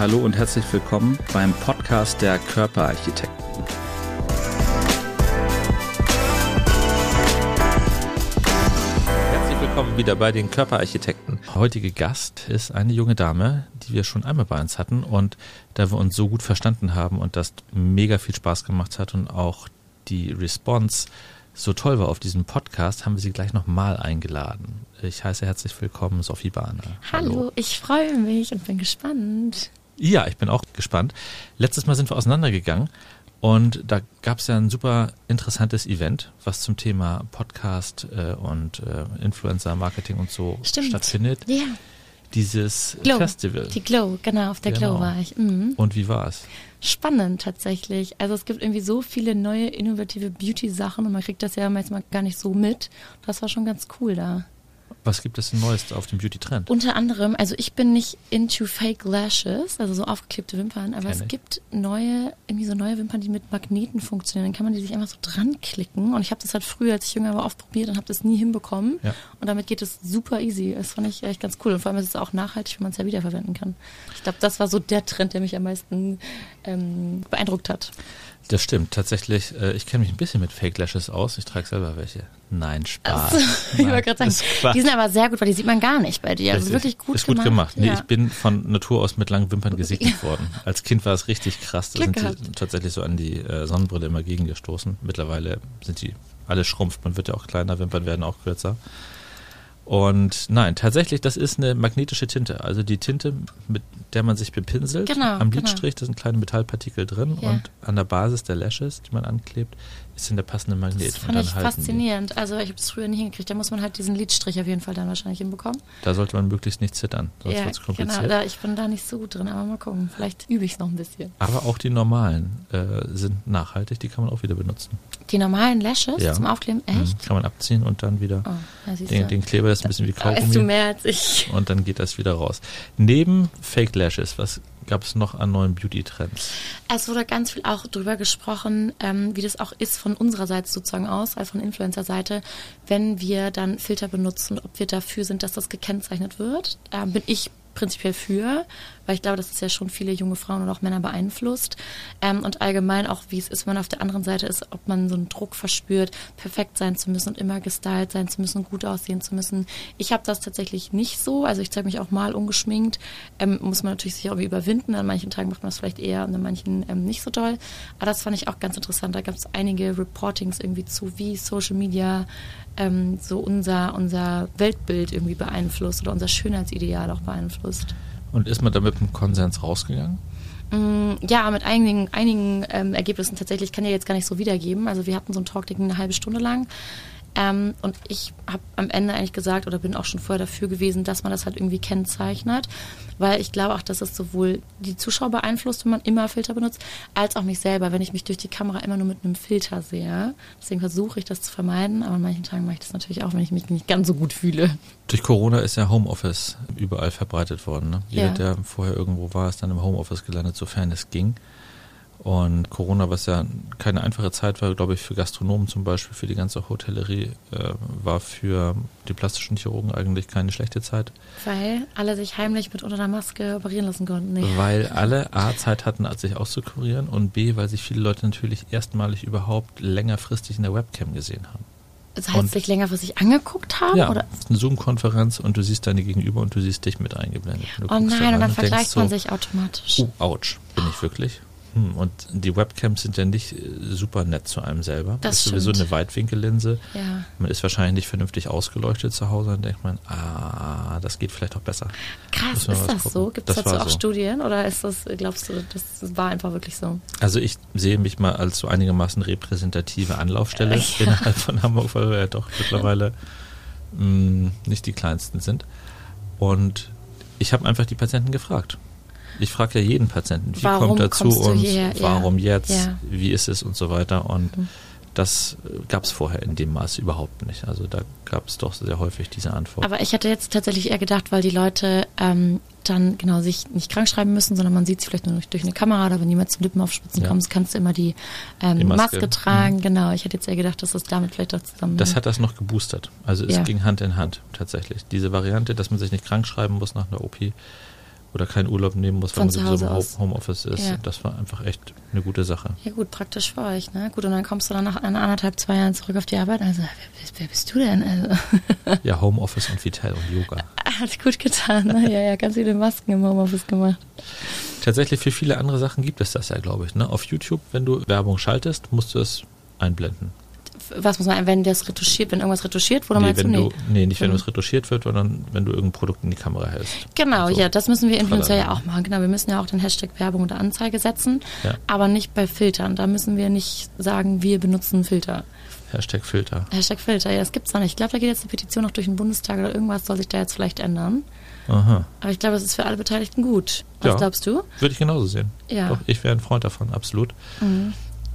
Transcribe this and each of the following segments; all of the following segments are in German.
Hallo und herzlich willkommen beim Podcast der Körperarchitekten. Herzlich willkommen wieder bei den Körperarchitekten. Der heutige Gast ist eine junge Dame, die wir schon einmal bei uns hatten, und da wir uns so gut verstanden haben und das mega viel Spaß gemacht hat und auch die Response so toll war auf diesem Podcast, haben wir sie gleich nochmal eingeladen. Ich heiße herzlich willkommen Sophie Bahner. Hallo, ich freue mich und bin gespannt. Ja, ich bin auch gespannt. Letztes Mal sind wir auseinandergegangen und da gab es ja ein super interessantes Event, was zum Thema Podcast und Influencer-Marketing und so stattfindet. Ja. Dieses Glow. Festival. Die Glow, genau, auf der Glow war ich. Mhm. Und wie war es? Spannend tatsächlich. Also es gibt irgendwie so viele neue, innovative Beauty-Sachen und man kriegt das ja manchmal gar nicht so mit. Das war schon ganz cool da. Was gibt es denn Neues auf dem Beauty-Trend? Unter anderem, also ich bin nicht into Fake Lashes, also so aufgeklebte Wimpern, aber es gibt neue Wimpern, die mit Magneten funktionieren. Dann kann man die sich einfach so dran klicken. Und ich habe das halt früher, als ich jünger war, oft probiert und habe das nie hinbekommen. Ja. Und damit geht es super easy. Das fand ich echt ganz cool. Und vor allem ist es auch nachhaltig, wenn man es ja wiederverwenden kann. Ich glaube, das war so der Trend, der mich am meisten beeindruckt hat. Das stimmt, tatsächlich. Ich kenne mich ein bisschen mit Fake Lashes aus. Ich trage selber welche. Nein, Spaß. Also, ich wollte gerade sagen, die sind aber sehr gut, weil die sieht man gar nicht bei dir. Also wirklich gut ist gut gemacht. Nee, ich bin von Natur aus mit langen Wimpern gesegnet worden. Als Kind war es richtig krass. Da sind sie tatsächlich so an die Sonnenbrille immer gegengestoßen. Mittlerweile sind die alle schrumpft. Man wird ja auch kleiner, Wimpern werden auch kürzer. Und nein, tatsächlich, das ist eine magnetische Tinte. Also die Tinte, mit der man sich bepinselt. Am Lidstrich, da sind kleine Metallpartikel drin und an der Basis der Lashes, die man anklebt, ist dann der passende Magnet. Das fand ich faszinierend. Also ich habe das früher nie hingekriegt. Da muss man halt diesen Lidstrich auf jeden Fall dann wahrscheinlich hinbekommen. Da sollte man möglichst nicht zittern, sonst wird es kompliziert. Genau, ich bin da nicht so gut drin, aber mal gucken. Vielleicht übe ich es noch ein bisschen. Aber auch die normalen sind nachhaltig, die kann man auch wieder benutzen. Die normalen Lashes zum Aufkleben? Echt? Kann man abziehen und dann wieder den Kleber, das ist ein bisschen wie Kaugummi. Weißt du mehr als ich. Und dann geht das wieder raus. Neben Fake Lashes, was gab es noch an neuen Beauty-Trends? Es wurde ganz viel auch drüber gesprochen, wie das auch ist von unserer Seite sozusagen aus, also von Influencer-Seite, wenn wir dann Filter benutzen, ob wir dafür sind, dass das gekennzeichnet wird. Bin ich prinzipiell für, weil ich glaube, dass es ja schon viele junge Frauen und auch Männer beeinflusst. Und allgemein auch, wie es ist, wenn man auf der anderen Seite ist, ob man so einen Druck verspürt, perfekt sein zu müssen und immer gestylt sein zu müssen, gut aussehen zu müssen. Ich habe das tatsächlich nicht so. Also ich zeige mich auch mal ungeschminkt. Muss man natürlich sich auch überwinden. An manchen Tagen macht man das vielleicht eher und an manchen nicht so doll. Aber das fand ich auch ganz interessant. Da gab es einige Reportings irgendwie zu, wie Social Media so unser Weltbild irgendwie beeinflusst oder unser Schönheitsideal auch beeinflusst. Und ist man da mit einem Konsens rausgegangen? Ja, mit einigen Ergebnissen tatsächlich. Ich kann ja jetzt gar nicht so wiedergeben. Also wir hatten so einen Talk, der ging eine halbe Stunde lang. Und ich habe am Ende eigentlich gesagt, oder bin auch schon vorher dafür gewesen, dass man das halt irgendwie kennzeichnet, weil ich glaube auch, dass es sowohl die Zuschauer beeinflusst, wenn man immer Filter benutzt, als auch mich selber, wenn ich mich durch die Kamera immer nur mit einem Filter sehe. Deswegen versuche ich das zu vermeiden, aber an manchen Tagen mache ich das natürlich auch, wenn ich mich nicht ganz so gut fühle. Durch Corona ist ja Homeoffice überall verbreitet worden. Ne? Jeder, der vorher irgendwo war, ist dann im Homeoffice gelandet, sofern es ging. Und Corona, was ja keine einfache Zeit war, glaube ich, für Gastronomen zum Beispiel, für die ganze Hotellerie, war für die plastischen Chirurgen eigentlich keine schlechte Zeit. Weil alle sich heimlich mit unter der Maske operieren lassen konnten. Nee. Weil alle A, Zeit hatten, sich auszukurieren, und B, weil sich viele Leute natürlich erstmalig überhaupt längerfristig in der Webcam gesehen haben. Das heißt, sich längerfristig angeguckt haben? Ja, oder? Eine Zoom-Konferenz und du siehst deine Gegenüber und du siehst dich mit eingeblendet. Oh nein, und dann vergleicht man sich automatisch. Ouch, bin ich wirklich? Und die Webcams sind ja nicht super nett zu einem selber. Das ist sowieso eine Weitwinkellinse. Ja. Man ist wahrscheinlich nicht vernünftig ausgeleuchtet zu Hause, dann denkt man, das geht vielleicht auch besser. Krass, ist das so? Gibt es dazu auch Studien oder ist das, glaubst du, das war einfach wirklich so? Also ich sehe mich mal als so einigermaßen repräsentative Anlaufstelle innerhalb von Hamburg, weil wir ja doch mittlerweile nicht die kleinsten sind. Und ich habe einfach die Patienten gefragt. Ich frage ja jeden Patienten, wie kommt er zu uns, warum jetzt, wie ist es und so weiter. Und das gab es vorher in dem Maße überhaupt nicht. Also da gab es doch sehr häufig diese Antwort. Aber ich hatte jetzt tatsächlich eher gedacht, weil die Leute dann genau sich nicht krank schreiben müssen, sondern man sieht sie vielleicht nur durch eine Kamera, oder wenn jemand zum Lippenaufspritzen kommt, kannst du immer die Maske tragen. Genau, ich hätte jetzt eher gedacht, dass das damit vielleicht auch zusammen... Das hat das noch geboostert. Also es ging Hand in Hand tatsächlich. Diese Variante, dass man sich nicht krank schreiben muss nach einer OP oder keinen Urlaub nehmen muss, weil man sowieso im Homeoffice ist. Ja. Das war einfach echt eine gute Sache. Ja gut, praktisch für euch, ne? Gut, und dann kommst du dann nach 1,5, 2 Jahren zurück auf die Arbeit. Also, wer bist du denn? Also. Ja, Homeoffice und Vital und Yoga. Hat gut getan, ne? Ja, ganz viele Masken im Homeoffice gemacht. Tatsächlich für viele andere Sachen gibt es das ja, glaube ich. Ne? Auf YouTube, wenn du Werbung schaltest, musst du es einblenden. Was muss man, wenn irgendwas retuschiert wurde, meinst du? Nicht wenn es retuschiert wird, sondern wenn du irgendein Produkt in die Kamera hältst. Genau, so. Ja, das müssen wir Influencer ja auch machen. Genau, wir müssen ja auch den Hashtag Werbung oder Anzeige setzen, aber nicht bei Filtern. Da müssen wir nicht sagen, wir benutzen Filter. Hashtag Filter, ja, das gibt's noch nicht. Ich glaube, da geht jetzt eine Petition noch durch den Bundestag oder irgendwas soll sich da jetzt vielleicht ändern. Aha. Aber ich glaube, das ist für alle Beteiligten gut. Was glaubst du? Würde ich genauso sehen. Ja. Doch, ich wäre ein Freund davon, absolut. Mhm.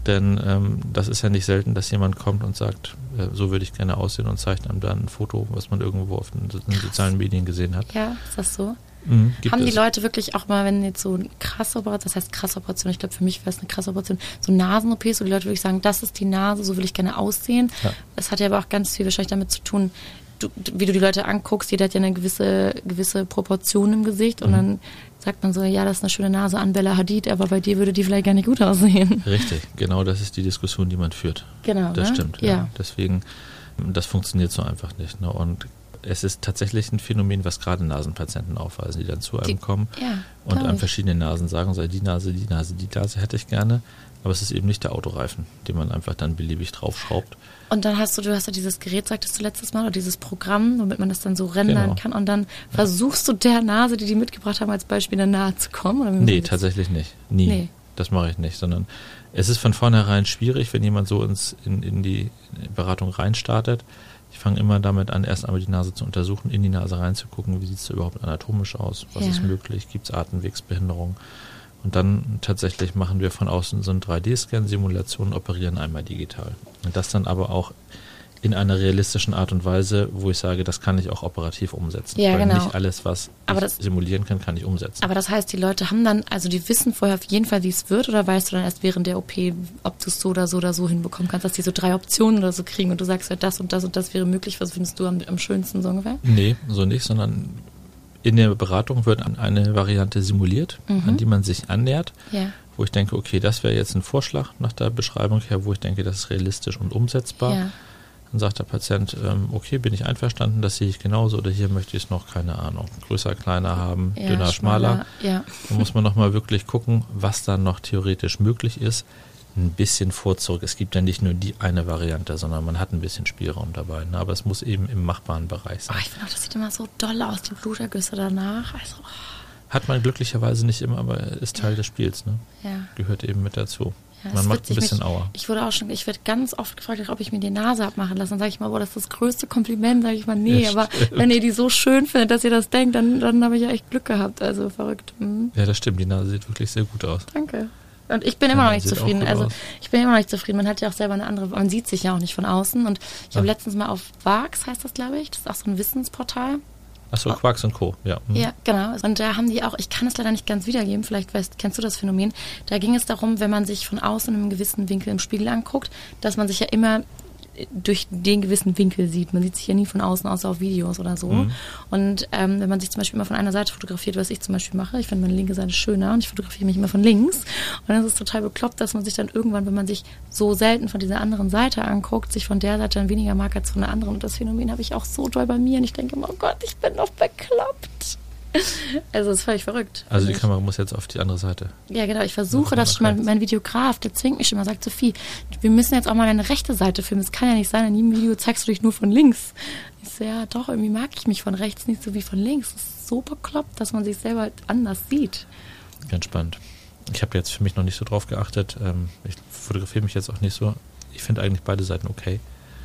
Denn das ist ja nicht selten, dass jemand kommt und sagt, so würde ich gerne aussehen und zeigt einem dann ein Foto, was man irgendwo auf den sozialen Medien gesehen hat. Ja, ist das so? Haben die Leute wirklich auch mal, wenn jetzt so eine krasse Operation, das heißt krasse Operation, ich glaube für mich wäre es eine krasse Operation, so Nasen-OPs, wo die Leute wirklich sagen, das ist die Nase, so will ich gerne aussehen. Ja. Das hat ja aber auch ganz viel wahrscheinlich damit zu tun, wie du die Leute anguckst, jeder hat ja eine gewisse Proportion im Gesicht und dann sagt man so, ja, das ist eine schöne Nase an Bella Hadid, aber bei dir würde die vielleicht gar nicht gut aussehen. Richtig, genau das ist die Diskussion, die man führt. Genau, das ne? Stimmt. Ja. Deswegen, das funktioniert so einfach nicht. Ne? Und es ist tatsächlich ein Phänomen, was gerade Nasenpatienten aufweisen, die dann zu einem kommen und an verschiedenen Nasen sagen, sei die Nase hätte ich gerne. Aber es ist eben nicht der Autoreifen, den man einfach dann beliebig draufschraubt. Und dann hast du ja dieses Gerät, sagtest du letztes Mal, oder dieses Programm, womit man das dann so rendern kann. Und dann versuchst du der Nase, die mitgebracht haben, als Beispiel nahe zu kommen? Oder nee, tatsächlich nicht. Nie. Nee. Das mache ich nicht, sondern es ist von vornherein schwierig, wenn jemand so in die Beratung reinstartet. Ich fange immer damit an, erst einmal die Nase zu untersuchen, in die Nase reinzugucken, wie sieht es da überhaupt anatomisch aus, was ist möglich, gibt es Atemwegsbehinderung. Und dann tatsächlich machen wir von außen so einen 3D-Scan-Simulation, operieren einmal digital. Und das dann aber auch in einer realistischen Art und Weise, wo ich sage, das kann ich auch operativ umsetzen. Ja, weil genau. Nicht alles, was ich simulieren kann ich umsetzen. Aber das heißt, die Leute haben dann, also die wissen vorher auf jeden Fall, wie es wird, oder weißt du dann erst während der OP, ob du es so oder so hinbekommen kannst, dass die so 3 Optionen oder so kriegen und du sagst, ja, das und das und das wäre möglich, was findest du am schönsten so ungefähr? Nee, so nicht, sondern in der Beratung wird eine Variante simuliert, an die man sich annähert, wo ich denke, okay, das wäre jetzt ein Vorschlag nach der Beschreibung her, wo ich denke, das ist realistisch und umsetzbar. Ja. Dann sagt der Patient, okay, bin ich einverstanden, das sehe ich genauso oder hier möchte ich es noch, keine Ahnung, größer, kleiner haben, dünner, schmaler. Ja. Da muss man nochmal wirklich gucken, was dann noch theoretisch möglich ist. Ein bisschen Vorzug. Es gibt ja nicht nur die eine Variante, sondern man hat ein bisschen Spielraum dabei. Ne? Aber es muss eben im machbaren Bereich sein. Ich finde auch, das sieht immer so doll aus, die Blutergüsse danach. Also, Hat man glücklicherweise nicht immer, aber ist Teil des Spiels. Ne? Ja. Gehört eben mit dazu. Ja, man macht ein bisschen Aua. Ich werde ganz oft gefragt, ob ich mir die Nase abmachen lasse. Dann sage ich mal, das ist das größte Kompliment. Sage ich mal, nee, aber wenn ihr die so schön findet, dass ihr das denkt, dann habe ich ja echt Glück gehabt. Also verrückt. Ja, das stimmt. Die Nase sieht wirklich sehr gut aus. Danke. Und ich bin immer noch nicht zufrieden. Also ich bin immer noch nicht zufrieden. Man hat ja auch selber eine andere, man sieht sich ja auch nicht von außen. Und ich habe letztens mal auf VAX, heißt das, glaube ich, das ist auch so ein Wissensportal. Achso, Quarks und Co. Ja. Ja, genau. Und da haben die auch, ich kann es leider nicht ganz wiedergeben, vielleicht kennst du das Phänomen. Da ging es darum, wenn man sich von außen in einem gewissen Winkel im Spiegel anguckt, dass man sich ja immer durch den gewissen Winkel sieht. Man sieht sich ja nie von außen, außer auf Videos oder so. Und wenn man sich zum Beispiel immer von einer Seite fotografiert, was ich zum Beispiel mache, ich finde meine linke Seite schöner und ich fotografiere mich immer von links. Und dann ist es total bekloppt, dass man sich dann irgendwann, wenn man sich so selten von dieser anderen Seite anguckt, sich von der Seite dann weniger mag als von der anderen. Und das Phänomen habe ich auch so doll bei mir. Und ich denke immer, oh Gott, ich bin doch bekloppt. Also das ist völlig verrückt. Also die Kamera muss jetzt auf die andere Seite. Ja, genau. Ich versuche das schon. Mein Videograf, der zwingt mich schon mal, sagt, Sophie, wir müssen jetzt auch mal deine rechte Seite filmen. Es kann ja nicht sein, in jedem Video zeigst du dich nur von links. Ich so, ja doch, irgendwie mag ich mich von rechts nicht so wie von links. Das ist so bekloppt, dass man sich selber halt anders sieht. Ganz spannend. Ich habe jetzt für mich noch nicht so drauf geachtet. Ich fotografiere mich jetzt auch nicht so. Ich finde eigentlich beide Seiten okay.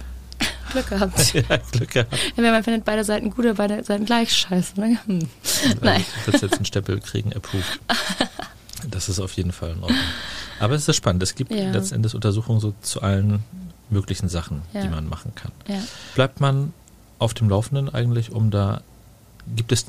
Glück gehabt. Ja, Glück gehabt. Ja, man findet beide Seiten gut, aber beide Seiten gleich scheiße. Ne? Nein. Du wirst jetzt einen Stempel kriegen, approved. Das ist auf jeden Fall in Ordnung. Aber es ist spannend. Es gibt letztendlich Untersuchungen so zu allen möglichen Sachen, die man machen kann. Ja. Bleibt man auf dem Laufenden eigentlich, gibt es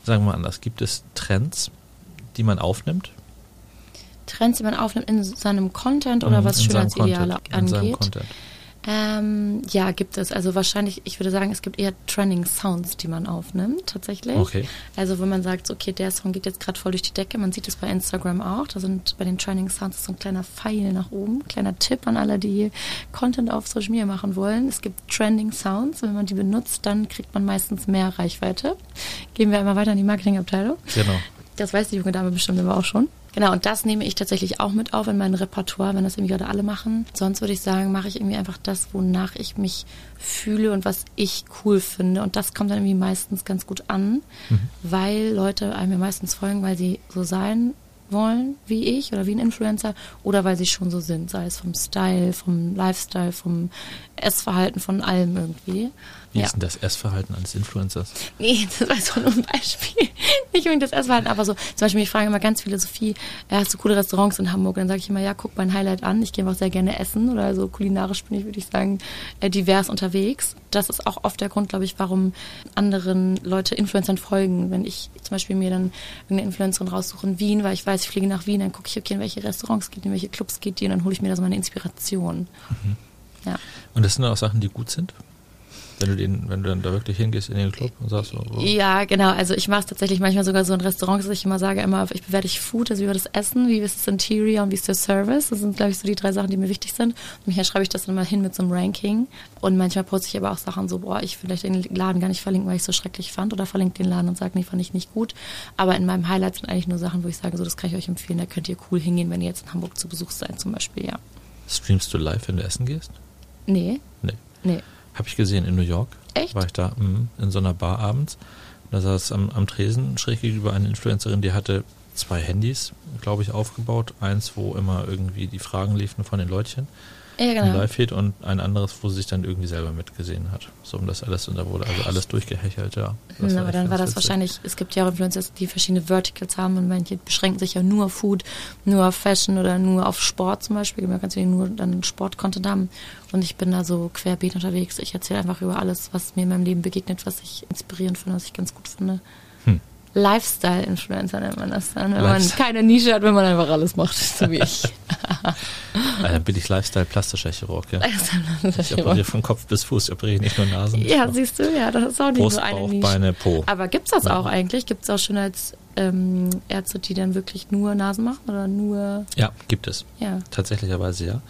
Trends, die man aufnimmt? Trends, die man aufnimmt in seinem Content oder was Schönheitsideale angeht? In seinem Content. Ja, gibt es. Also wahrscheinlich, ich würde sagen, es gibt eher Trending Sounds, die man aufnimmt, tatsächlich. Okay. Also wenn man sagt, okay, der Song geht jetzt gerade voll durch die Decke, man sieht es bei Instagram auch, da sind bei den Trending Sounds so ein kleiner Pfeil nach oben, kleiner Tipp an alle, die Content auf Social Media machen wollen. Es gibt Trending Sounds, wenn man die benutzt, dann kriegt man meistens mehr Reichweite. Gehen wir einmal weiter in die Marketingabteilung. Genau. Das weiß die junge Dame bestimmt aber auch schon. Genau, und das nehme ich tatsächlich auch mit auf in mein Repertoire, wenn das irgendwie gerade alle machen. Sonst würde ich sagen, mache ich irgendwie einfach das, wonach ich mich fühle und was ich cool finde. Und das kommt dann irgendwie meistens ganz gut an, weil Leute einem ja meistens folgen, weil sie so sein wollen wie ich oder wie ein Influencer oder weil sie schon so sind, sei es vom Style, vom Lifestyle, vom Essverhalten, von allem irgendwie. Wie ist denn das Essverhalten eines Influencers? Nee, das war so ein Beispiel. Nicht unbedingt das Essverhalten, aber so, zum Beispiel, mich fragen immer ganz viele, Sophie, hast du coole Restaurants in Hamburg? Und dann sage ich immer, ja, guck mein Highlight an. Ich gehe einfach sehr gerne essen oder so kulinarisch bin ich, würde ich sagen, divers unterwegs. Das ist auch oft der Grund, glaube ich, warum anderen Leute Influencern folgen. Wenn ich zum Beispiel mir dann irgendeine Influencerin raussuche in Wien, weil ich weiß, ich fliege nach Wien, dann gucke ich, okay, in welche Restaurants geht die, in welche Clubs geht die und dann hole ich mir da so meine Inspiration. Ja. Und das sind dann auch Sachen, die gut sind? Wenn du dann da wirklich hingehst in den Club und sagst so. Ja, genau. Also ich mache es tatsächlich manchmal sogar so in Restaurants, dass ich immer sage, ich bewerte Food, also wie war das Essen, wie ist das Interior und wie ist der Service. Das sind, glaube ich, so die 3 Sachen, die mir wichtig sind. Und hier schreibe ich das dann mal hin mit so einem Ranking. Und manchmal poste ich aber auch Sachen so, ich will vielleicht den Laden gar nicht verlinken, weil ich es so schrecklich fand. Oder verlinke den Laden und sage, nee, fand ich nicht gut. Aber in meinem Highlight sind eigentlich nur Sachen, wo ich sage, so, das kann ich euch empfehlen. Da könnt ihr cool hingehen, wenn ihr jetzt in Hamburg zu Besuch seid zum Beispiel, ja. Streamst du live, wenn du essen gehst? Nee. Habe ich gesehen in New York. Echt? War ich da in so einer Bar abends. Da saß am Tresen schräg gegenüber eine Influencerin, die hatte 2 Handys, glaube ich, aufgebaut. Eins, wo immer irgendwie die Fragen liefen von den Leutchen. Ja, genau. Im Live-Feed und ein anderes, wo sie sich dann irgendwie selber mitgesehen hat. So um das alles, und da wurde also alles durchgehechelt, ja. Aber dann war das wahrscheinlich, es gibt ja auch Influencer, die verschiedene Verticals haben und manche beschränken sich ja nur auf Food, nur auf Fashion oder nur auf Sport zum Beispiel. Man kann ja nur dann Sport-Content haben und ich bin da so querbeet unterwegs. Ich erzähle einfach über alles, was mir in meinem Leben begegnet, was ich inspirierend finde, was ich ganz gut finde. Lifestyle-Influencer nennt man das dann, wenn man keine Nische hat, wenn man einfach alles macht, so wie ich. Dann bin ich Lifestyle-plastischer Chirurg, ja. Ich operiere von Kopf bis Fuß, ich operiere nicht nur Nasen. Ja, siehst du, ja, das ist auch nicht Brust, so eine Bauch, Nische. Beine, Po. Aber gibt's das auch eigentlich? Gibt's auch schon als Ärzte, die dann wirklich nur Nasen machen oder nur... Ja, gibt es. Ja. Tatsächlicherweise ja.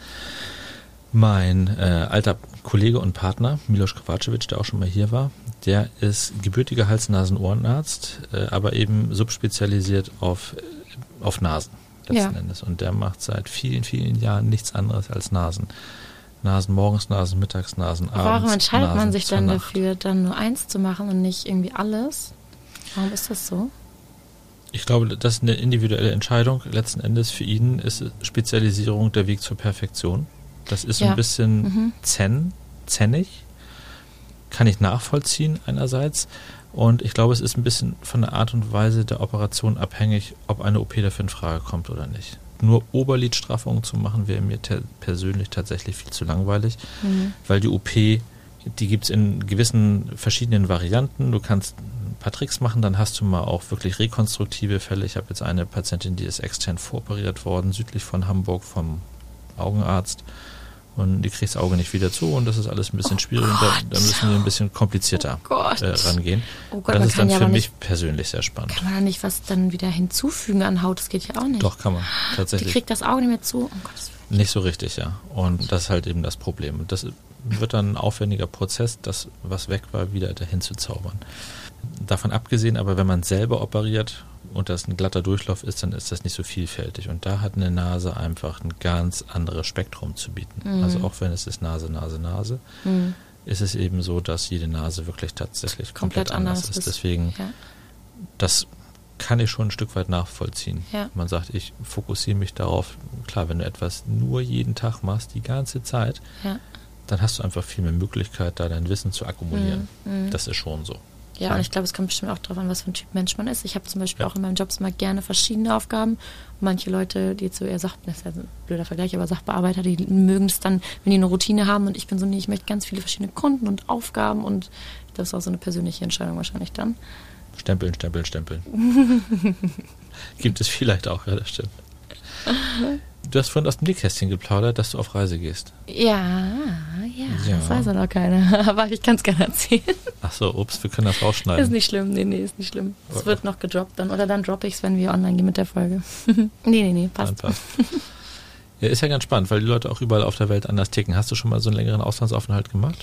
Mein alter Kollege und Partner, Milos Kovacevic, der auch schon mal hier war, der ist gebürtiger Hals-Nasen-Ohrenarzt, aber eben subspezialisiert auf Nasen letzten Endes. Und der macht seit vielen, vielen Jahren nichts anderes als Nasen. Nasen morgens, Nasen mittags, Nasen abends. Warum entscheidet man sich dann Nacht. dafür, dann nur eins zu machen und nicht irgendwie alles? Warum ist das so? Ich glaube, das ist eine individuelle Entscheidung. Letzten Endes für ihn ist Spezialisierung der Weg zur Perfektion. Das ist so ein bisschen zennig, kann ich nachvollziehen einerseits. Und ich glaube, es ist ein bisschen von der Art und Weise der Operation abhängig, ob eine OP dafür in Frage kommt oder nicht. Nur Oberlidstraffungen zu machen, wäre mir persönlich tatsächlich viel zu langweilig, weil die OP, die gibt es in gewissen verschiedenen Varianten. Du kannst ein paar Tricks machen, dann hast du mal auch wirklich rekonstruktive Fälle. Ich habe jetzt eine Patientin, die ist extern voroperiert worden, südlich von Hamburg vom Augenarzt. Und die kriegt das Auge nicht wieder zu und das ist alles ein bisschen schwierig. Da müssen wir ein bisschen komplizierter rangehen. Oh Gott, das ist dann für mich persönlich sehr spannend. Kann man da nicht was dann wieder hinzufügen an Haut? Das geht ja auch nicht. Doch, kann man. Tatsächlich. Die kriegt das Auge nicht mehr zu. Oh Gott, nicht so richtig, ja. Und das ist halt eben das Problem. Und das wird dann ein aufwendiger Prozess, das, was weg war, wieder dahin zu zaubern. Davon abgesehen, aber wenn man selber operiert und das ein glatter Durchlauf ist, dann ist das nicht so vielfältig. Und da hat eine Nase einfach ein ganz anderes Spektrum zu bieten. Also auch wenn es ist Nase, ist es eben so, dass jede Nase wirklich tatsächlich komplett anders ist. Deswegen, das kann ich schon ein Stück weit nachvollziehen. Ja. Man sagt, ich fokussiere mich darauf. Klar, wenn du etwas nur jeden Tag machst, die ganze Zeit, dann hast du einfach viel mehr Möglichkeit, da dein Wissen zu akkumulieren. Das ist schon so. Ja, und ich glaube, es kommt bestimmt auch darauf an, was für ein Typ Mensch man ist. Ich habe zum Beispiel auch in meinem Job immer gerne verschiedene Aufgaben. Und manche Leute, die jetzt so eher das ist ja ein blöder Vergleich, aber Sachbearbeiter, die mögen es dann, wenn die eine Routine haben. Und ich bin so, nee, ich möchte ganz viele verschiedene Kunden und Aufgaben. Und das ist auch so eine persönliche Entscheidung wahrscheinlich dann. Stempeln. Gibt es vielleicht auch, ja, das stimmt. Du hast vorhin aus dem Nähkästchen geplaudert, dass du auf Reise gehst. Ja, das weiß ja noch keiner. Aber ich kann es gerne erzählen. Ach so, ups, wir können das rausschneiden. Ist nicht schlimm, nee, ist nicht schlimm. Es wird noch gedroppt dann. Oder dann droppe ich es, wenn wir online gehen mit der Folge. Nee, passt. Ja, ist ja ganz spannend, weil die Leute auch überall auf der Welt anders ticken. Hast du schon mal so einen längeren Auslandsaufenthalt gemacht?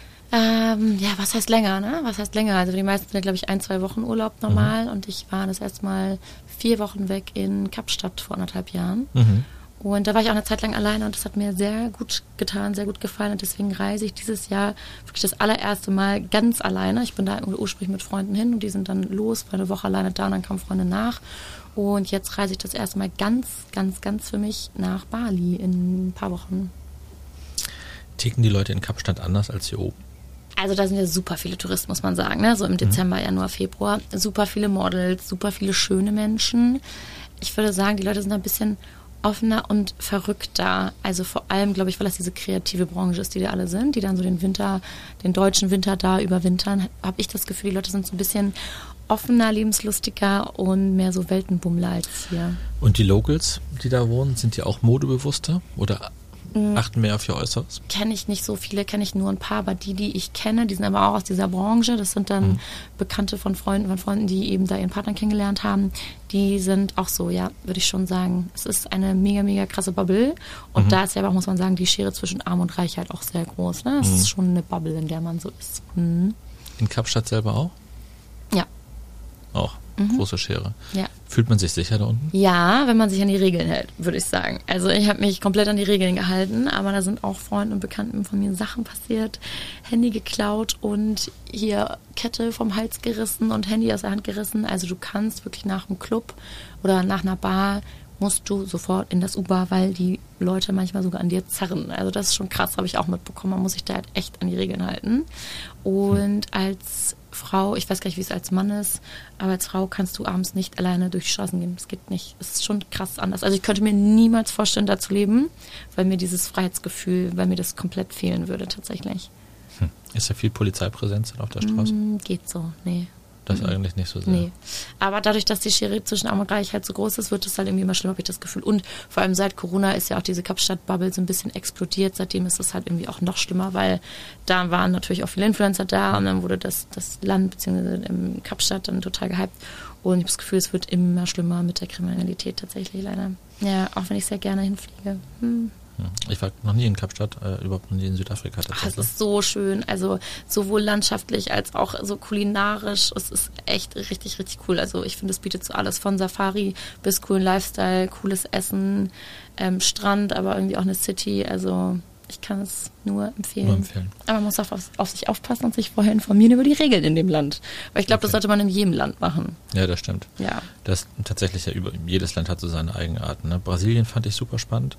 Was heißt länger, ne? Was heißt länger? Also die meisten sind ja, glaube ich, 1-2 Wochen Urlaub normal. Und ich war das erste Mal 4 Wochen weg in Kapstadt vor 1,5 Jahren. Und da war ich auch eine Zeit lang alleine und das hat mir sehr gut getan, sehr gut gefallen. Und deswegen reise ich dieses Jahr wirklich das allererste Mal ganz alleine. Ich bin da ursprünglich mit Freunden hin und die sind dann los, war eine Woche alleine da und dann kamen Freunde nach. Und jetzt reise ich das erste Mal ganz für mich nach Bali in ein paar Wochen. Ticken die Leute in Kapstadt anders als hier oben? Also da sind ja super viele Touristen, muss man sagen, ne? So im Dezember, Januar, Februar. Super viele Models, super viele schöne Menschen. Ich würde sagen, die Leute sind ein bisschen offener und verrückter. Also vor allem, glaube ich, weil das diese kreative Branche ist, die da alle sind, die dann so den deutschen Winter da überwintern, habe ich das Gefühl, die Leute sind so ein bisschen offener, lebenslustiger und mehr so Weltenbummler als hier. Und die Locals, die da wohnen, sind die auch modebewusster oder achten mehr auf ihr Äußeres? Kenne ich nicht so viele, kenne ich nur ein paar, aber die ich kenne, die sind aber auch aus dieser Branche, das sind dann Bekannte von Freunden, die eben da ihren Partner kennengelernt haben, die sind auch so, ja, würde ich schon sagen. Es ist eine mega krasse Bubble und da ist ja auch, muss man sagen, die Schere zwischen Arm und Reich halt auch sehr groß. Ne? Es ist schon eine Bubble, in der man so ist. In Kapstadt selber auch? Ja. Auch? Große Schere. Ja. Fühlt man sich sicher da unten? Ja, wenn man sich an die Regeln hält, würde ich sagen. Also ich habe mich komplett an die Regeln gehalten, aber da sind auch Freunden und Bekannten von mir Sachen passiert, Handy geklaut und hier Kette vom Hals gerissen und Handy aus der Hand gerissen. Also du kannst wirklich nach einem Club oder nach einer Bar musst du sofort in das Uber, weil die Leute manchmal sogar an dir zerren. Also das ist schon krass, habe ich auch mitbekommen. Man muss sich da halt echt an die Regeln halten. Und als Frau, ich weiß gar nicht, wie es als Mann ist, aber als Frau kannst du abends nicht alleine durch die Straßen gehen. Das geht nicht. Es ist schon krass anders. Also ich könnte mir niemals vorstellen, da zu leben, weil mir dieses Freiheitsgefühl, weil mir das komplett fehlen würde tatsächlich. Ist ja viel Polizeipräsenz auf der Straße? Geht so, nee. Das ist eigentlich nicht so sehr. Nee. Aber dadurch, dass die Schere zwischen Arm und Reich halt so groß ist, wird es halt irgendwie immer schlimmer, habe ich das Gefühl. Und vor allem seit Corona ist ja auch diese Kapstadt-Bubble so ein bisschen explodiert. Seitdem ist es halt irgendwie auch noch schlimmer, weil da waren natürlich auch viele Influencer da und dann wurde das Land bzw. Kapstadt dann total gehypt. Und ich habe das Gefühl, es wird immer schlimmer mit der Kriminalität tatsächlich leider. Ja, auch wenn ich sehr gerne hinfliege. Ich war noch nie in Kapstadt, überhaupt noch nie in Südafrika tatsächlich. Es ist so schön, also sowohl landschaftlich als auch so kulinarisch. Es ist echt richtig cool. Also ich finde, es bietet so alles von Safari bis coolen Lifestyle, cooles Essen, Strand, aber irgendwie auch eine City. Also ich kann es nur empfehlen. Aber man muss auf sich aufpassen und sich vorher informieren über die Regeln in dem Land. Weil ich glaube, das sollte man in jedem Land machen. Ja, das stimmt. Ja. Das tatsächlich ja jedes Land hat so seine Eigenarten. Ne? Brasilien fand ich super spannend.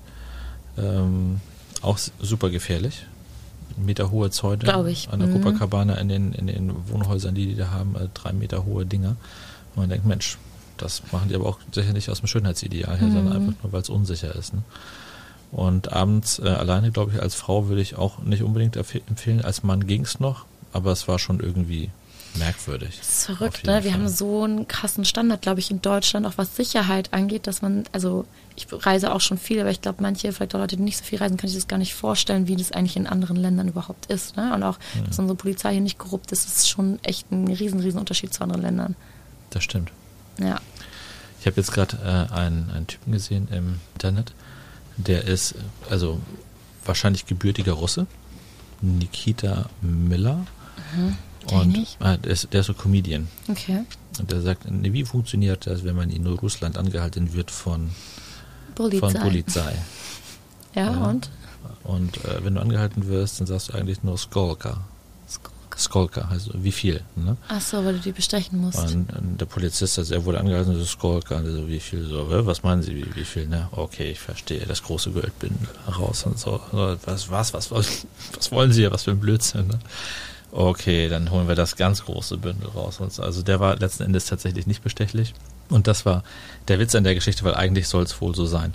Auch super gefährlich. Meterhohe Zäune. Glaube ich. An der Copacabana in den Wohnhäusern, die da haben, 3 Meter hohe Dinger. Und man denkt, Mensch, das machen die aber auch sicher nicht aus dem Schönheitsideal her, sondern einfach nur, weil es unsicher ist. Ne? Und abends alleine, glaube ich, als Frau würde ich auch nicht unbedingt empfehlen. Als Mann ging es noch, aber es war schon irgendwie merkwürdig. Das ist verrückt, ne? Wir haben so einen krassen Standard, glaube ich, in Deutschland, auch was Sicherheit angeht, dass man, also ich reise auch schon viel, aber ich glaube, manche, vielleicht auch Leute, die nicht so viel reisen, kann ich das gar nicht vorstellen, wie das eigentlich in anderen Ländern überhaupt ist. Ne? Und auch, dass unsere Polizei hier nicht korrupt ist, ist schon echt ein riesen Unterschied zu anderen Ländern. Das stimmt. Ja. Ich habe jetzt gerade einen Typen gesehen im Internet, der ist also wahrscheinlich gebürtiger Russe, Nikita Miller. Und der ist so Comedian. Okay. Und der sagt, wie funktioniert das, wenn man in Russland angehalten wird von Polizei? Ja, und? Und wenn du angehalten wirst, dann sagst du eigentlich nur Skolka. Skolka, also wie viel. Ne? Ach so, weil du die bestechen musst. Und der Polizist, also er wurde angehalten, so Skolka, also wie viel, so, was meinen Sie, wie viel, ne? Okay, ich verstehe, das große Geldbündel raus und so. Was wollen Sie, was für ein Blödsinn, ne? Okay, dann holen wir das ganz große Bündel raus. Also der war letzten Endes tatsächlich nicht bestechlich. Und das war der Witz an der Geschichte, weil eigentlich soll es wohl so sein.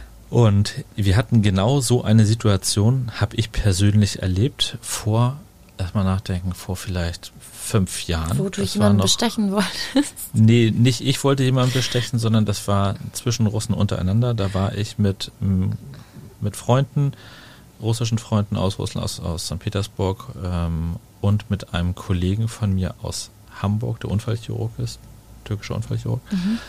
Und wir hatten genau so eine Situation, habe ich persönlich erlebt, vor erstmal nachdenken, vor vielleicht 5 Jahren. Wo du jemanden bestechen wolltest? Nee, nicht ich wollte jemanden bestechen, sondern das war zwischen Russen untereinander. Da war ich mit Freunden, russischen Freunden aus Russland, aus St. Petersburg und mit einem Kollegen von mir aus Hamburg, der Unfallchirurg ist, türkischer Unfallchirurg,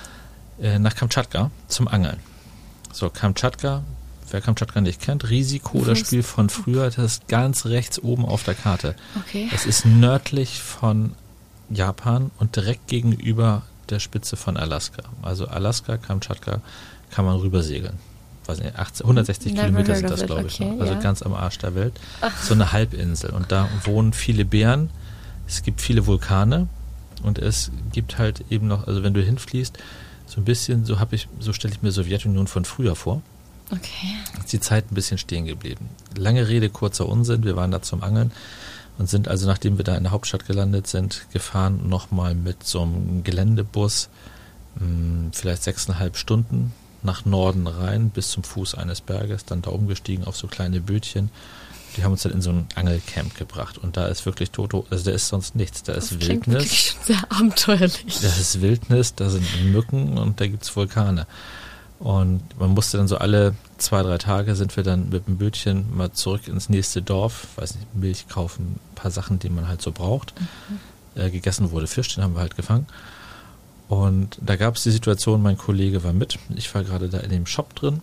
nach Kamtschatka zum Angeln. So, Kamtschatka, wer Kamtschatka nicht kennt, Risiko, das Spiel von früher, das ist ganz rechts oben auf der Karte. Okay. Es ist nördlich von Japan und direkt gegenüber der Spitze von Alaska. Also Alaska, Kamtschatka kann man rübersegeln. Weiß nicht, 160 Kilometer sind das, glaube ich. Also ganz am Arsch der Welt. So eine Halbinsel. Und da wohnen viele Bären, es gibt viele Vulkane und es gibt halt eben noch, also wenn du hinfliehst, so ein bisschen, so stelle ich mir Sowjetunion von früher vor. Okay. Ist die Zeit ein bisschen stehen geblieben. Lange Rede, kurzer Unsinn. Wir waren da zum Angeln und sind also, nachdem wir da in der Hauptstadt gelandet sind, gefahren nochmal mit so einem Geländebus, vielleicht 6,5 Stunden nach Norden rein, bis zum Fuß eines Berges, dann da umgestiegen auf so kleine Bötchen. Die haben uns dann in so ein Angelcamp gebracht und da ist wirklich also da ist sonst nichts, da ist Wildnis. Klingt wirklich schon sehr abenteuerlich. Das ist Wildnis, da sind Mücken und da gibt's Vulkane. Und man musste dann so alle 2-3 Tage sind wir dann mit dem Bötchen mal zurück ins nächste Dorf, weiß nicht, Milch kaufen, ein paar Sachen, die man halt so braucht. Gegessen wurde Fisch, den haben wir halt gefangen. Und da gab es die Situation, mein Kollege war mit, ich war gerade da in dem Shop drin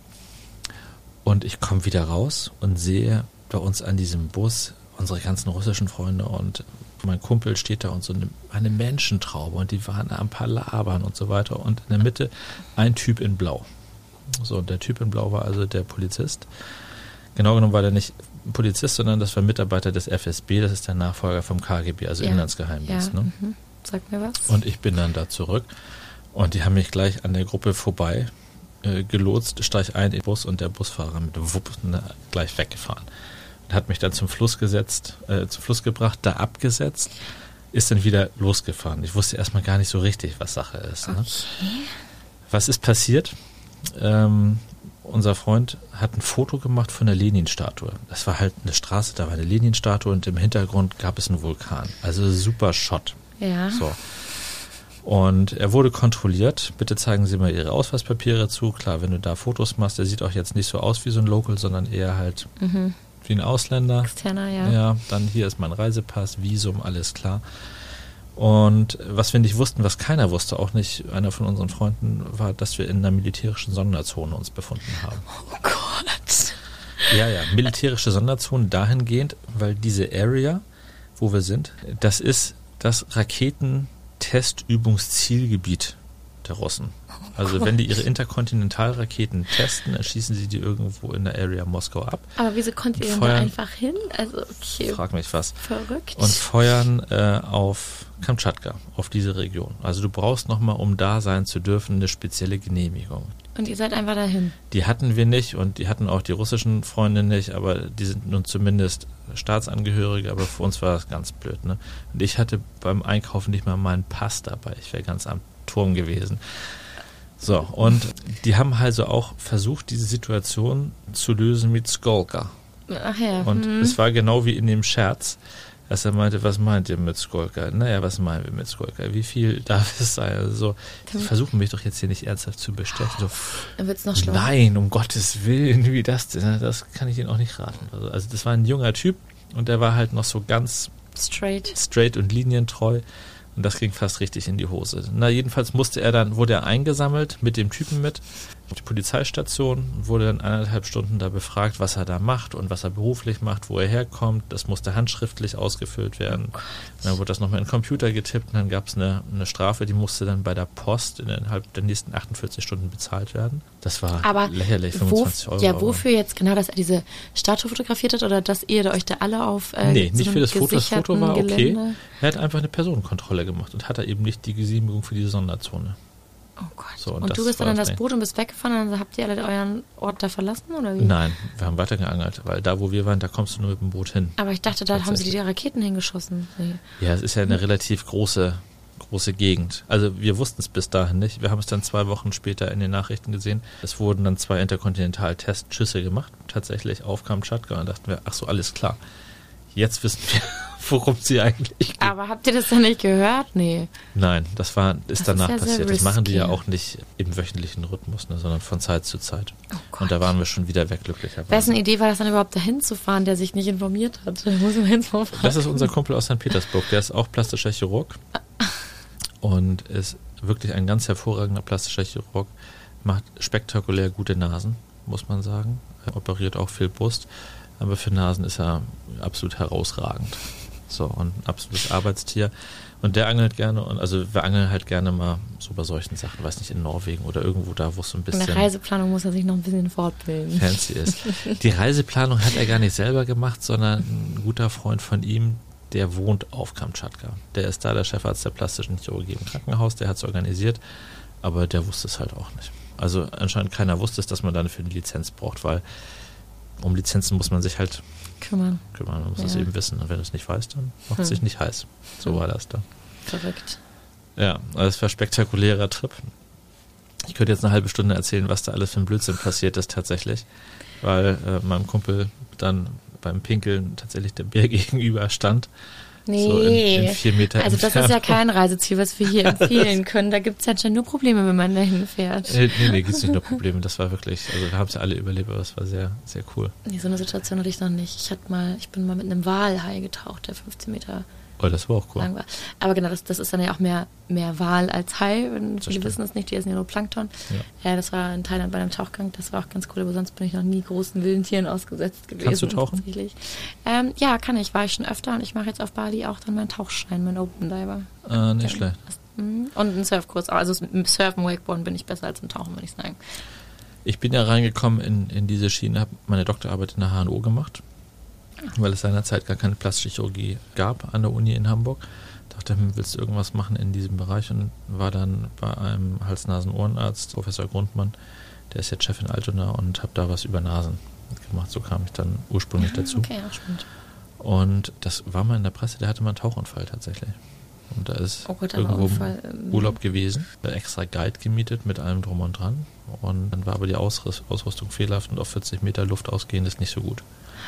und ich komme wieder raus und sehe bei uns an diesem Bus unsere ganzen russischen Freunde und mein Kumpel steht da und so eine Menschentraube und die waren am Palabern und so weiter und in der Mitte ein Typ in Blau. So, und der Typ in Blau war also der Polizist. Genau genommen war der nicht Polizist, sondern das war Mitarbeiter des FSB, das ist der Nachfolger vom KGB, also Inlandsgeheimdienst. Ja, ne? Sag mir was. Und ich bin dann da zurück und die haben mich gleich an der Gruppe vorbei gelotst, steig ein in den Bus und der Busfahrer mit dem Wupp gleich weggefahren. Und hat mich dann zum Fluss gebracht, da abgesetzt, ist dann wieder losgefahren. Ich wusste erstmal gar nicht so richtig, was Sache ist. Okay. Ne? Was ist passiert? Unser Freund hat ein Foto gemacht von der Lenin-Statue. Das war halt eine Straße, da war eine Lenin-Statue und im Hintergrund gab es einen Vulkan. Also super Shot. Ja. So. Und er wurde kontrolliert. Bitte zeigen Sie mal Ihre Ausweispapiere zu. Klar, wenn du da Fotos machst, der sieht auch jetzt nicht so aus wie so ein Local, sondern eher halt wie ein Ausländer. Externer, ja. Ja, dann hier ist mein Reisepass, Visum, alles klar. Und was wir nicht wussten, was keiner wusste, auch nicht einer von unseren Freunden, war, dass wir in einer militärischen Sonderzone uns befunden haben. Oh Gott. Ja, militärische Sonderzone dahingehend, weil diese Area, wo wir sind, das ist das Raketentestübungszielgebiet der Russen. Also wenn die ihre Interkontinentalraketen testen, dann schießen sie die irgendwo in der Area Moskau ab. Aber wieso konntet ihr denn da einfach hin? Also okay. Frag mich was. Verrückt. Und feuern auf Kamtschatka, auf diese Region. Also du brauchst nochmal, um da sein zu dürfen, eine spezielle Genehmigung. Und ihr seid einfach dahin? Die hatten wir nicht und die hatten auch die russischen Freunde nicht, aber die sind nun zumindest Staatsangehörige, aber für uns war das ganz blöd. Ne? Und ich hatte beim Einkaufen nicht mal meinen Pass dabei. Ich wäre ganz am Turm gewesen. So, und die haben also auch versucht, diese Situation zu lösen mit Skolka. Ach ja. Und es war genau wie in dem Scherz, dass er meinte, was meint ihr mit Skolka? Naja, was meinen wir mit Skolka? Wie viel darf es sein? Also so, die versuchen mich doch jetzt hier nicht ernsthaft zu bestechen. So, dann wird's noch schlimmer. Nein, um Gottes Willen, wie das denn? Das kann ich Ihnen auch nicht raten. Also das war ein junger Typ und der war halt noch so ganz straight und linientreu. Und das ging fast richtig in die Hose. Na, jedenfalls wurde er eingesammelt mit dem Typen mit auf die Polizeistation, wurde dann 1,5 Stunden da befragt, was er da macht und was er beruflich macht, wo er herkommt. Das musste handschriftlich ausgefüllt werden. Und dann wurde das nochmal in den Computer getippt und dann gab es eine Strafe, die musste dann bei der Post innerhalb der nächsten 48 Stunden bezahlt werden. Das war lächerlich, 25 Euro. Ja, wofür jetzt genau, dass er diese Statue fotografiert hat oder dass ihr euch da alle auf nee, nicht für das Foto. Das Foto war okay. Gelände? Er hat einfach eine Personenkontrolle gemacht und hat eben nicht die Genehmigung für diese Sonderzone. Oh Gott. So, und du bist dann in das Boot und bist weggefahren und dann habt ihr alle euren Ort da verlassen, oder wie? Nein, wir haben weitergeangelt, weil da, wo wir waren, da kommst du nur mit dem Boot hin. Aber ich dachte, da haben sie die Raketen hingeschossen. Nee. Ja, es ist ja eine relativ große Gegend. Also wir wussten es bis dahin nicht. Wir haben es dann 2 Wochen später in den Nachrichten gesehen. Es wurden dann 2 Interkontinental-Testschüsse gemacht, tatsächlich auf Kamtschatka. Und dachten wir, ach so, alles klar. Jetzt wissen wir, worum sie eigentlich geht. Aber habt ihr das dann nicht gehört? Nee. Nein, das ist danach ja passiert. Das machen die ja auch nicht im wöchentlichen Rhythmus, ne, sondern von Zeit zu Zeit. Oh Gott. Und da waren wir schon wieder weg, glücklicherweise. Wessen Idee war das dann überhaupt, dahin zu fahren, der sich nicht informiert hat? Muss man jetzt mal fragen. Das ist unser Kumpel aus St. Petersburg. Der ist auch plastischer Chirurg und ist wirklich ein ganz hervorragender plastischer Chirurg. Macht spektakulär gute Nasen, muss man sagen. Er operiert auch viel Brust, aber für Nasen ist er absolut herausragend. So, und ein absolutes Arbeitstier. Und der angelt gerne, und also wir angeln halt gerne mal so bei solchen Sachen, weiß nicht, in Norwegen oder irgendwo da, wo es so ein bisschen... In der Reiseplanung muss er sich noch ein bisschen fortbilden. Fancy ist. Die Reiseplanung hat er gar nicht selber gemacht, sondern ein guter Freund von ihm, der wohnt auf Kamtschatka. Der ist da der Chefarzt der plastischen Chirurgie im Krankenhaus, der hat es organisiert, aber der wusste es halt auch nicht. Also anscheinend keiner wusste es, dass man dafür eine Lizenz braucht, weil um Lizenzen muss man sich halt kümmern. Man muss es eben wissen. Und wenn du es nicht weißt, dann macht es sich nicht heiß. So war das da. Verrückt. Ja, das war ein spektakulärer Trip. Ich könnte jetzt eine halbe Stunde erzählen, was da alles für ein Blödsinn passiert ist tatsächlich, weil meinem Kumpel dann beim Pinkeln tatsächlich der Bär gegenüber stand. Nee, so in 4 Meter also das ist ja kein Reiseziel, was wir hier empfehlen können. Da gibt es ja anscheinend nur Probleme, wenn man dahin fährt. Nee, gibt es nicht nur Probleme. Das war wirklich, also wir haben es ja alle überlebt, aber es war sehr, sehr cool. Nee, so eine Situation hatte ich noch nicht. Ich bin mal mit einem Walhai getaucht, der 15 Meter Oh, das war auch cool. lang war. Aber genau, das ist dann ja auch mehr Wal als Hai. Viele wissen es nicht, die essen ja nur Plankton. Ja, das war in Thailand bei einem Tauchgang. Das war auch ganz cool, aber sonst bin ich noch nie großen wilden Tieren ausgesetzt gewesen. Kannst du tauchen? Ja, kann ich. War ich schon öfter und ich mache jetzt auf Bali auch dann meinen Tauchschein, meinen Open Diver. Nicht schlecht. Und einen Surfkurs. Also im Surfen, Wakeboarden bin ich besser als im Tauchen, würde ich sagen. Ich bin ja reingekommen in diese Schiene, habe meine Doktorarbeit in der HNO gemacht, weil es seinerzeit gar keine plastische Chirurgie gab an der Uni in Hamburg. Dachte, willst du irgendwas machen in diesem Bereich? Und war dann bei einem Hals-Nasen-Ohrenarzt, Professor Grundmann, der ist jetzt Chef in Altona, und habe da was über Nasen gemacht. So kam ich dann ursprünglich dazu. Okay, auch spannend. Und das war mal in der Presse, der hatte mal einen Tauchunfall tatsächlich. Und da ist irgendwo Urlaub gewesen, extra Guide gemietet mit allem drum und dran. Und dann war aber die Ausrüstung fehlerhaft und auf 40 Meter Luft ausgehen ist nicht so gut.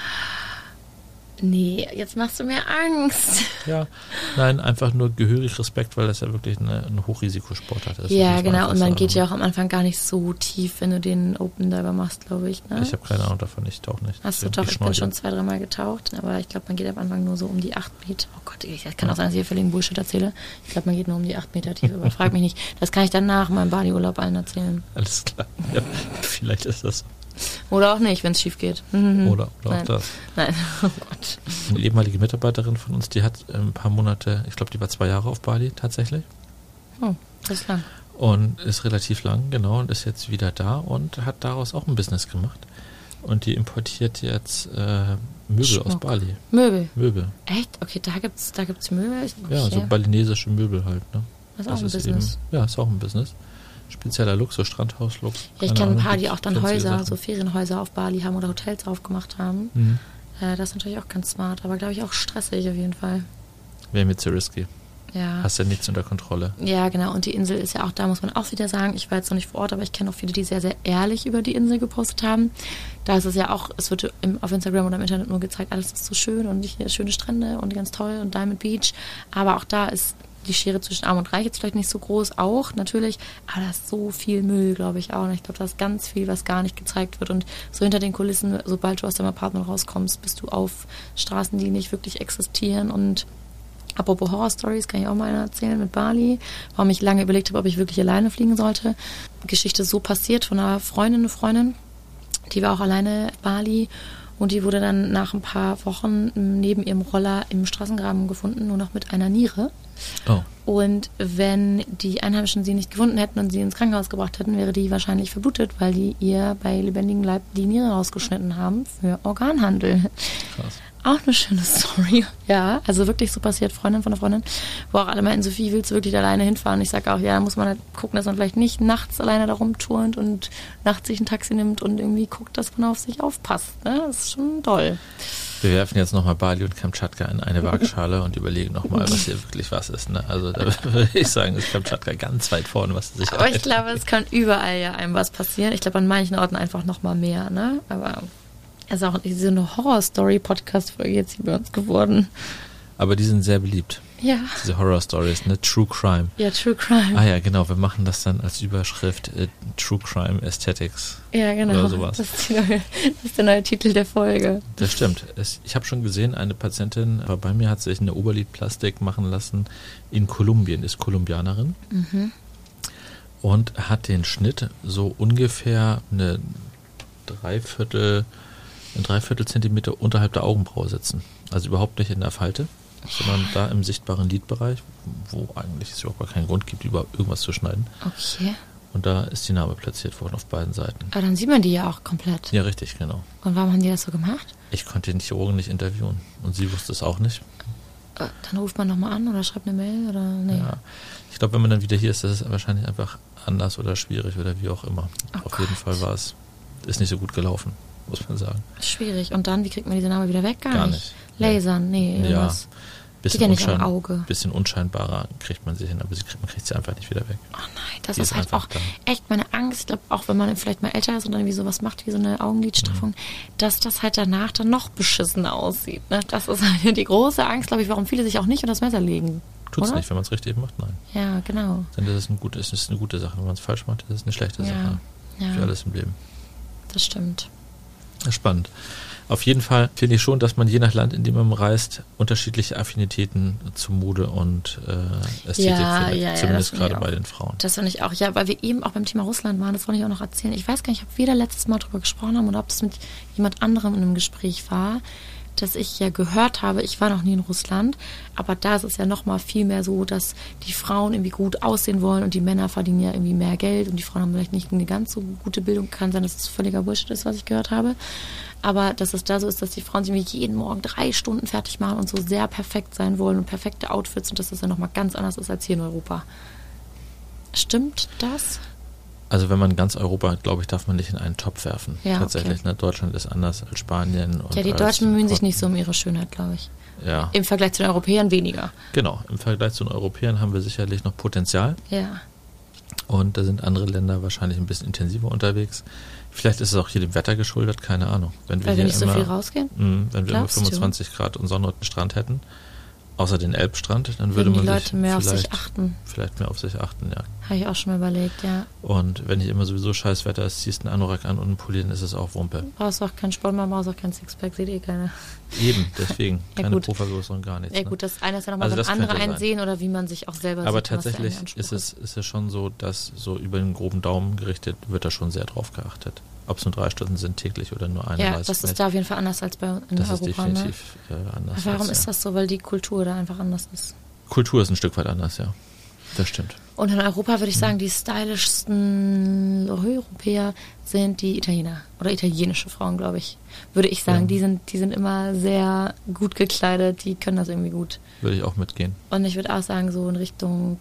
Nee, jetzt machst du mir Angst. Ja, nein, einfach nur gehörig Respekt, weil das ja wirklich ein Hochrisikosportart ist. Ja, genau, und man geht ja auch am Anfang gar nicht so tief, wenn du den Open Diver machst, glaube ich. Ne? Ich habe keine Ahnung davon, ich tauche nicht. Achso, doch, ich bin schon 2-3 Mal getaucht, aber ich glaube, man geht am Anfang nur so um die 8 Meter. Oh Gott, ich kann auch sein, dass ich hier völligen Bullshit erzähle. Ich glaube, man geht nur um die 8 Meter Tiefe, aber frag mich nicht. Das kann ich dann nach meinem Bali-Urlaub allen erzählen. Alles klar, ja, vielleicht ist das so. Oder auch nicht, wenn es schief geht. Oder auch das. Nein, oh Gott. Eine ehemalige Mitarbeiterin von uns, die hat ein paar Monate, ich glaube, die war 2 Jahre auf Bali tatsächlich. Oh, das ist lang. Und ist relativ lang, genau, und ist jetzt wieder da und hat daraus auch ein Business gemacht. Und die importiert jetzt Möbel aus Bali. Möbel. Echt? Okay, da gibt's Möbel? Okay. Ja, so balinesische Möbel halt, ne? Das ist auch ein Business. Ist auch ein Business. Spezieller Look, so Strandhaus-Look. Ja, ich kenne ein paar, die auch dann Häuser, so Ferienhäuser auf Bali haben oder Hotels aufgemacht haben. Mhm. Das ist natürlich auch ganz smart, aber glaube ich auch stressig auf jeden Fall. Wäre mir zu risky. Ja. Hast ja nichts unter Kontrolle. Ja, genau. Und die Insel ist ja auch, da muss man auch wieder sagen, ich war jetzt noch nicht vor Ort, aber ich kenne auch viele, die sehr, sehr ehrlich über die Insel gepostet haben. Da ist es ja auch, es wird auf Instagram oder im Internet nur gezeigt, alles ist so schön und hier schöne Strände und ganz toll und Diamond Beach. Aber auch da ist die Schere zwischen Arm und Reich jetzt vielleicht nicht so groß, auch natürlich, aber da ist so viel Müll, glaube ich auch. Und ich glaube, da ist ganz viel, was gar nicht gezeigt wird. Und so hinter den Kulissen, sobald du aus deinem Apartment rauskommst, bist du auf Straßen, die nicht wirklich existieren. Und apropos Horror-Stories, kann ich auch mal eine erzählen mit Bali, warum ich lange überlegt habe, ob ich wirklich alleine fliegen sollte. Geschichte so passiert von einer Freundin, die war auch alleine in Bali. Und die wurde dann nach ein paar Wochen neben ihrem Roller im Straßengraben gefunden, nur noch mit einer Niere. Oh. Und wenn die Einheimischen sie nicht gefunden hätten und sie ins Krankenhaus gebracht hätten, wäre die wahrscheinlich verblutet, weil die ihr bei lebendigem Leib die Niere rausgeschnitten haben für Organhandel. Krass. Auch eine schöne Story. Ja, also wirklich so passiert, Freundin von einer Freundin, wo auch alle meinten, Sophie, willst du wirklich da alleine hinfahren? Ich sage auch, ja, da muss man halt gucken, dass man vielleicht nicht nachts alleine da rumturnt und nachts sich ein Taxi nimmt und irgendwie guckt, dass man auf sich aufpasst. Ne? Das ist schon toll. Wir werfen jetzt nochmal Bali und Kamtschatka in eine Waagschale und überlegen nochmal, was hier wirklich was ist. Ne? Also da würde ich sagen, ist Kamtschatka ganz weit vorne, was sich Aber ich glaube, es kann überall ja einem was passieren. Ich glaube, an manchen Orten einfach nochmal mehr. Ne? Aber es ist auch so eine Horror-Story-Podcast-Folge jetzt hier bei uns geworden. Aber die sind sehr beliebt. Ja. Diese Horror-Stories, ne? True Crime. Ja, True Crime. Ah ja, genau. Wir machen das dann als Überschrift True Crime Aesthetics. Ja, genau. Oder sowas. Das ist der neue Titel der Folge. Das stimmt. Ich habe schon gesehen, eine Patientin war bei mir, hat sich eine Oberlidplastik machen lassen in Kolumbien, ist Kolumbianerin. Mhm. Und hat den Schnitt so ungefähr ein Dreiviertel Zentimeter unterhalb der Augenbraue sitzen. Also überhaupt nicht in der Falte, sondern da im sichtbaren Lidbereich, wo eigentlich es überhaupt gar keinen Grund gibt, über irgendwas zu schneiden. Okay. Und da ist die Narbe platziert worden auf beiden Seiten. Aber dann sieht man die ja auch komplett. Ja, richtig, genau. Und warum haben die das so gemacht? Ich konnte den Chirurgen nicht interviewen und sie wusste es auch nicht. Dann ruft man nochmal an oder schreibt eine Mail oder nee? Ja, ich glaube, wenn man dann wieder hier ist, das ist wahrscheinlich einfach anders oder schwierig oder wie auch immer. Auf jeden Fall ist nicht so gut gelaufen, muss man sagen. Schwierig. Und dann, wie kriegt man diese Narbe wieder weg? Gar nicht. Lasern, nee, irgendwas. Ja, bisschen unscheinbarer kriegt man sie hin, aber man kriegt sie einfach nicht wieder weg. Oh nein, das ist halt auch echt meine Angst. Ich glaube, auch wenn man vielleicht mal älter ist und dann irgendwie sowas macht, wie so eine Augenlidstraffung, dass das halt danach dann noch beschissener aussieht. Ne? Das ist halt die große Angst, glaube ich, warum viele sich auch nicht unter das Messer legen. Tut's nicht, wenn man es richtig macht, nein. Ja, genau. Denn das ist eine gute Sache. Wenn man es falsch macht, das ist eine schlechte Sache. Ja. Für alles im Leben. Das stimmt. Spannend. Auf jeden Fall finde ich schon, dass man je nach Land, in dem man reist, unterschiedliche Affinitäten zu Mode und Ästhetik findet. Zumindest gerade bei den Frauen. Das finde ich auch. Ja, weil wir eben auch beim Thema Russland waren, das wollte ich auch noch erzählen. Ich weiß gar nicht, ob wir da letztes Mal drüber gesprochen haben oder ob das mit jemand anderem in einem Gespräch war, dass ich ja gehört habe, ich war noch nie in Russland, aber da ist es ja noch mal viel mehr so, dass die Frauen irgendwie gut aussehen wollen und die Männer verdienen ja irgendwie mehr Geld und die Frauen haben vielleicht nicht eine ganz so gute Bildung. Kann sein, dass es völliger Bullshit ist, was ich gehört habe. Aber dass es da so ist, dass die Frauen sich irgendwie jeden Morgen 3 Stunden fertig machen und so sehr perfekt sein wollen und perfekte Outfits und dass das ja nochmal ganz anders ist als hier in Europa. Stimmt das? Also wenn man ganz Europa, glaube ich, darf man nicht in einen Topf werfen. Ja, tatsächlich. Okay. Ne? Deutschland ist anders als Spanien. Und ja, die Deutschen bemühen sich nicht so um ihre Schönheit, glaube ich. Ja. Im Vergleich zu den Europäern weniger. Genau, im Vergleich zu den Europäern haben wir sicherlich noch Potenzial. Ja. Und da sind andere Länder wahrscheinlich ein bisschen intensiver unterwegs. Vielleicht ist es auch hier dem Wetter geschuldet, keine Ahnung. Weil wir nicht so viel rausgehen? Wenn wir immer 25 Grad und sonnenroten Strand hätten, außer den Elbstrand, dann würde man die Leute mehr auf sich achten. Vielleicht mehr auf sich achten, ja. Habe ich auch schon mal überlegt, ja. Und wenn hier immer sowieso scheiß Wetter ist, ziehst einen Anorak an und einen Pulli, dann ist es auch Wumpe. Brauchst auch keinen Sport mehr, brauchst auch keinen Sixpack, sieht eh keiner. Eben, deswegen. Ja, keine Provergrößerung, gar nichts. Ja gut, das eine ist ja nochmal, wenn andere einsehen oder wie man sich auch selber aber sieht. Aber tatsächlich ist es schon so, dass so über den groben Daumen gerichtet wird da schon sehr drauf geachtet. Ob es nur 3 Stunden sind täglich oder nur eine. Ja, das ist da auf jeden Fall anders als in Europa. Das ist definitiv anders. Aber warum ist das so? Weil die Kultur da einfach anders ist. Kultur ist ein Stück weit anders, ja. Das stimmt. Und in Europa würde ich sagen, die stylischsten Europäer sind die Italiener. Oder italienische Frauen, glaube ich. Würde ich sagen. Ja. Die sind immer sehr gut gekleidet, die können das irgendwie gut. Würde ich auch mitgehen. Und ich würde auch sagen, so in Richtung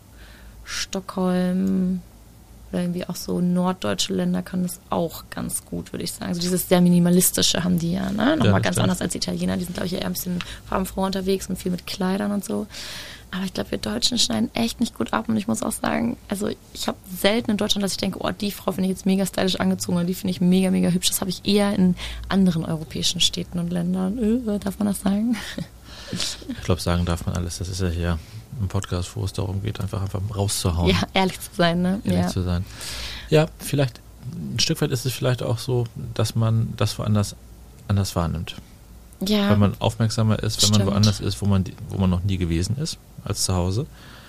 Stockholm oder irgendwie auch so norddeutsche Länder kann das auch ganz gut, würde ich sagen. Also dieses sehr minimalistische haben die ja, ne? Nochmal ganz anders als Italiener. Die sind, glaube ich, eher ein bisschen farbenfroh unterwegs und viel mit Kleidern und so. Aber ich glaube, wir Deutschen schneiden echt nicht gut ab. Und ich muss auch sagen, also ich habe selten in Deutschland, dass ich denke, oh, die Frau finde ich jetzt mega stylisch angezogen oder die finde ich mega, mega hübsch. Das habe ich eher in anderen europäischen Städten und Ländern. Darf man das sagen? Ich glaube, sagen darf man alles. Das ist ja hier ein Podcast, wo es darum geht, einfach rauszuhauen. Ja, ehrlich zu sein, ne? Ehrlich zu sein. Ja, vielleicht, ein Stück weit ist es vielleicht auch so, dass man das woanders anders wahrnimmt. Ja. Weil man aufmerksamer ist, wenn man woanders ist, wo man noch nie gewesen ist, als zu Hause.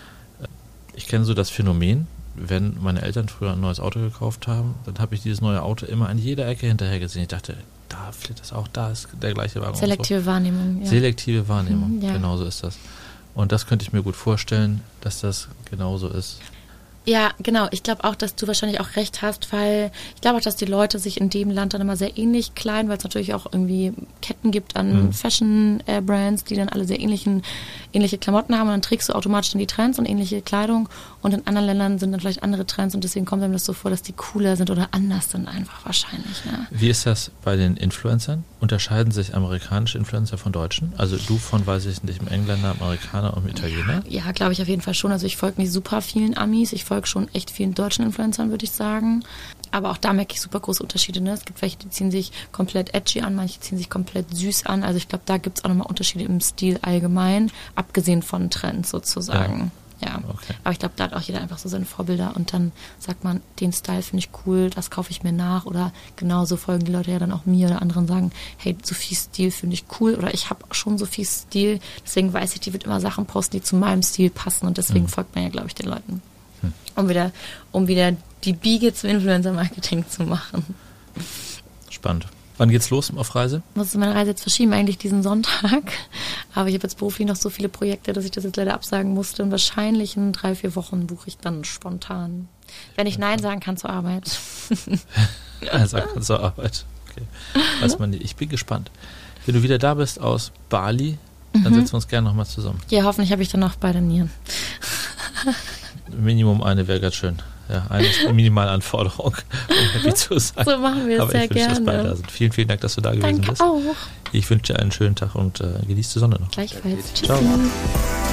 Ich kenne so das Phänomen, wenn meine Eltern früher ein neues Auto gekauft haben, dann habe ich dieses neue Auto immer an jeder Ecke hinterher gesehen. Ich dachte, da fliegt das auch, da ist der gleiche Wagen. Selektive Wahrnehmung. Ja. Selektive Wahrnehmung, ja. Genauso ist das. Und das könnte ich mir gut vorstellen, dass das genauso ist. Ja, genau. Ich glaube auch, dass du wahrscheinlich auch recht hast, weil ich glaube auch, dass die Leute sich in dem Land dann immer sehr ähnlich kleiden, weil es natürlich auch irgendwie Ketten gibt an Fashion-Brands, die dann alle sehr ähnliche Klamotten haben und dann trägst du automatisch dann die Trends und ähnliche Kleidung und in anderen Ländern sind dann vielleicht andere Trends und deswegen kommt einem das so vor, dass die cooler sind oder anders sind einfach wahrscheinlich. Ne? Wie ist das bei den Influencern? Unterscheiden sich amerikanische Influencer von deutschen? Also du von, weiß ich nicht, einem Engländer, Amerikaner und einem Italiener? Ja, glaube ich auf jeden Fall schon. Also ich folge nicht super vielen Amis, ich folge schon echt vielen deutschen Influencern, würde ich sagen. Aber auch da merke ich super große Unterschiede. Ne? Es gibt welche, die ziehen sich komplett edgy an, manche ziehen sich komplett süß an. Also ich glaube, da gibt es auch nochmal Unterschiede im Stil allgemein, abgesehen von Trends sozusagen. Ja. Okay. Aber ich glaube, da hat auch jeder einfach so seine Vorbilder und dann sagt man, den Style finde ich cool, das kaufe ich mir nach oder genauso folgen die Leute ja dann auch mir oder anderen sagen, hey, Sophies Stil finde ich cool oder ich habe schon Sophies Stil, deswegen weiß ich, die wird immer Sachen posten, die zu meinem Stil passen und deswegen folgt man ja, glaube ich, den Leuten. Um wieder die Biege zum Influencer-Marketing zu machen. Spannend. Wann geht's los auf Reise? Ich muss meine Reise jetzt verschieben, eigentlich diesen Sonntag. Aber ich habe jetzt beruflich noch so viele Projekte, dass ich das jetzt leider absagen musste. Und wahrscheinlich in 3-4 Wochen buche ich dann spontan. Wenn ich Nein sagen kann zur Arbeit. Sagen kann zur Arbeit. Okay. Weiß man nicht. Ich bin gespannt. Wenn du wieder da bist aus Bali, dann setzen wir uns gerne nochmal zusammen. Ja, hoffentlich habe ich dann noch beide Nieren. Minimum eine wäre ganz schön. Ja, eine ist eine Minimalanforderung, um happy zu sein. So machen wir es sehr gerne. Dass beide da sind. Vielen, vielen Dank, dass du da gewesen bist. Danke auch. Ich wünsche dir einen schönen Tag und genieß die Sonne noch. Gleichfalls. Ciao.